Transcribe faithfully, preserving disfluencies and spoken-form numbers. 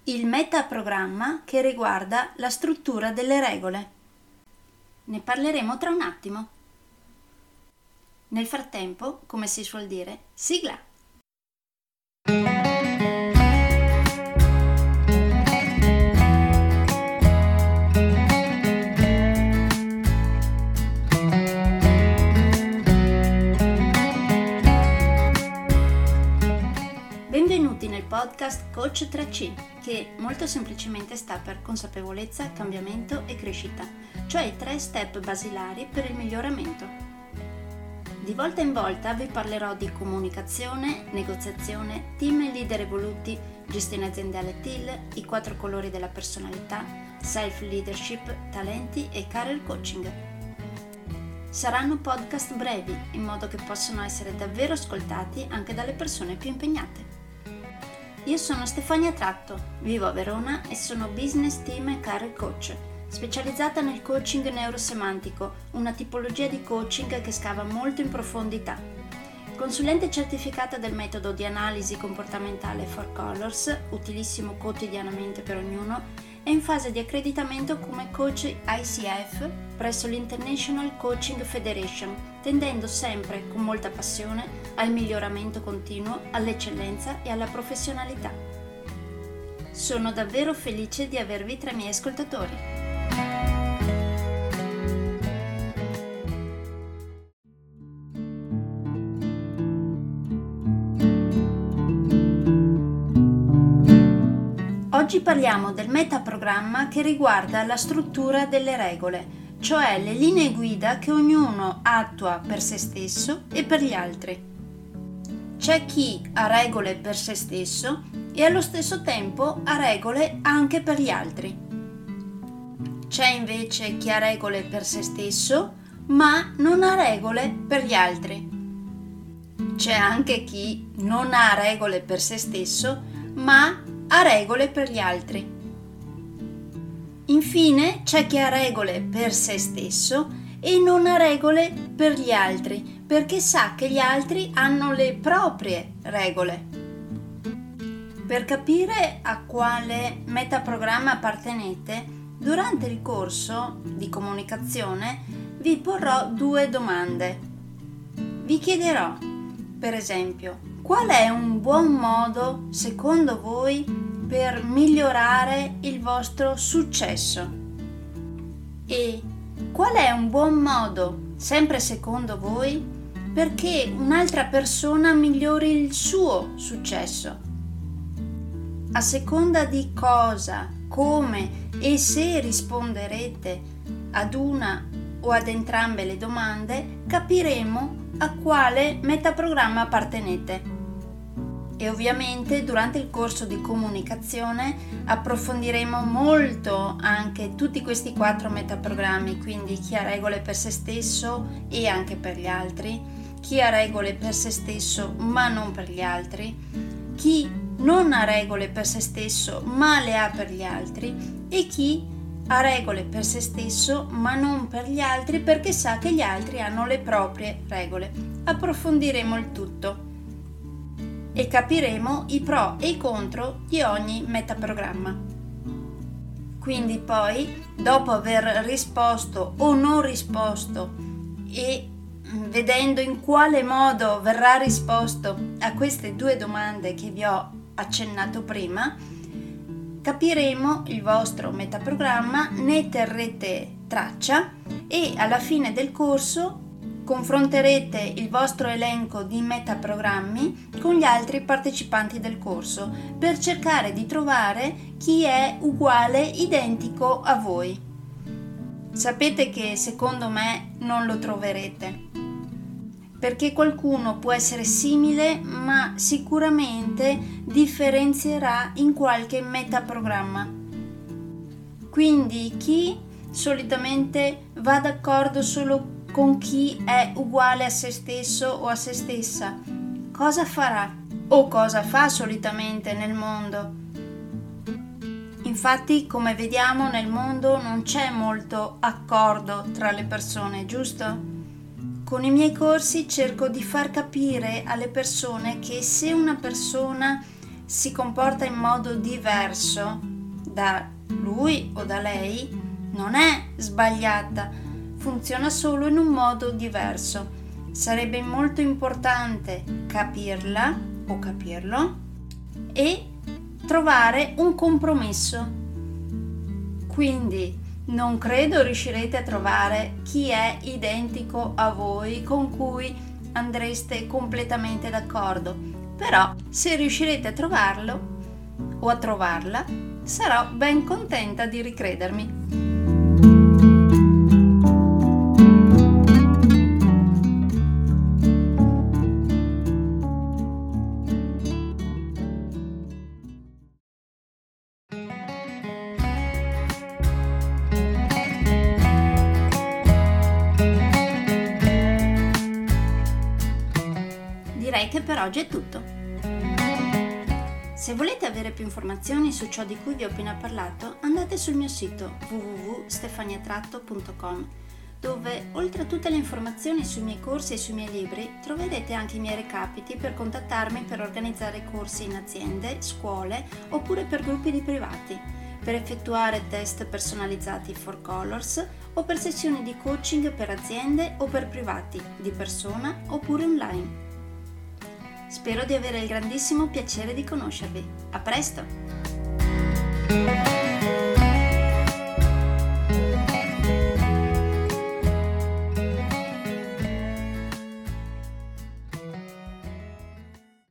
il metaprogramma che riguarda la struttura delle regole. Ne parleremo tra un attimo. Nel frattempo, come si suol dire, sigla! Benvenuti nel podcast Coach tre C, che molto semplicemente sta per consapevolezza, cambiamento e crescita, cioè i tre step basilari per il miglioramento. Di volta in volta vi parlerò di comunicazione, negoziazione, team e leader evoluti, gestione aziendale T I L, i quattro colori della personalità, self-leadership, talenti e career coaching. Saranno podcast brevi, in modo che possano essere davvero ascoltati anche dalle persone più impegnate. Io sono Stefania Tratto, vivo a Verona e sono business team e career coach, specializzata nel coaching neurosemantico, una tipologia di coaching che scava molto in profondità. Consulente certificata del metodo di analisi comportamentale Four Colors, utilissimo quotidianamente per ognuno, è in fase di accreditamento come coach I C F presso l'International Coaching Federation, tendendo sempre con molta passione al miglioramento continuo, all'eccellenza e alla professionalità. Sono davvero felice di avervi tra i miei ascoltatori. Oggi parliamo del metaprogramma che riguarda la struttura delle regole, cioè le linee guida che ognuno attua per se stesso e per gli altri. C'è chi ha regole per se stesso e allo stesso tempo ha regole anche per gli altri. C'è invece chi ha regole per se stesso ma non ha regole per gli altri. C'è anche chi non ha regole per se stesso ma ha regole per gli altri. Infine c'è chi ha regole per se stesso e non ha regole per gli altri, perché sa che gli altri hanno le proprie regole. Per capire a quale metaprogramma appartenete, durante il corso di comunicazione vi porrò due domande. Vi chiederò, per esempio, qual è un buon modo, secondo voi, per migliorare il vostro successo? E qual è un buon modo, sempre secondo voi, perché un'altra persona migliori il suo successo? A seconda di cosa, come e se risponderete ad una o ad entrambe le domande, capiremo a quale metaprogramma appartenete. E ovviamente durante il corso di comunicazione approfondiremo molto anche tutti questi quattro metaprogrammi, quindi chi ha regole per se stesso e anche per gli altri, chi ha regole per se stesso ma non per gli altri, chi non ha regole per se stesso ma le ha per gli altri e chi ha regole per se stesso ma non per gli altri perché sa che gli altri hanno le proprie regole. Approfondiremo il tutto e capiremo i pro e i contro di ogni metaprogramma. Quindi poi, dopo aver risposto o non risposto e vedendo in quale modo verrà risposto a queste due domande che vi ho accennato prima, capiremo il vostro metaprogramma, ne terrete traccia e alla fine del corso confronterete il vostro elenco di metaprogrammi con gli altri partecipanti del corso per cercare di trovare chi è uguale, identico a voi. Sapete che secondo me non lo troverete, perché qualcuno può essere simile ma sicuramente differenzierà in qualche metaprogramma. Quindi chi solitamente va d'accordo solo con chi è uguale a se stesso o a se stessa, cosa farà o cosa fa solitamente nel mondo? Infatti, come vediamo, nel mondo non c'è molto accordo tra le persone, giusto? Con i miei corsi cerco di far capire alle persone che se una persona si comporta in modo diverso da lui o da lei, non è sbagliata, funziona solo in un modo diverso. Sarebbe molto importante capirla o capirlo e trovare un compromesso. Quindi non credo riuscirete a trovare chi è identico a voi, con cui andreste completamente d'accordo, però se riuscirete a trovarlo o a trovarla, sarò ben contenta di ricredermi. Direi che per oggi è tutto. Se volete avere più informazioni su ciò di cui vi ho appena parlato, andate sul mio sito w w w punto stefania tratto punto com, dove oltre a tutte le informazioni sui miei corsi e sui miei libri troverete anche i miei recapiti per contattarmi per organizzare corsi in aziende, scuole oppure per gruppi di privati, per effettuare test personalizzati for colors o per sessioni di coaching per aziende o per privati, di persona oppure online. Spero di avere il grandissimo piacere di conoscervi. A presto!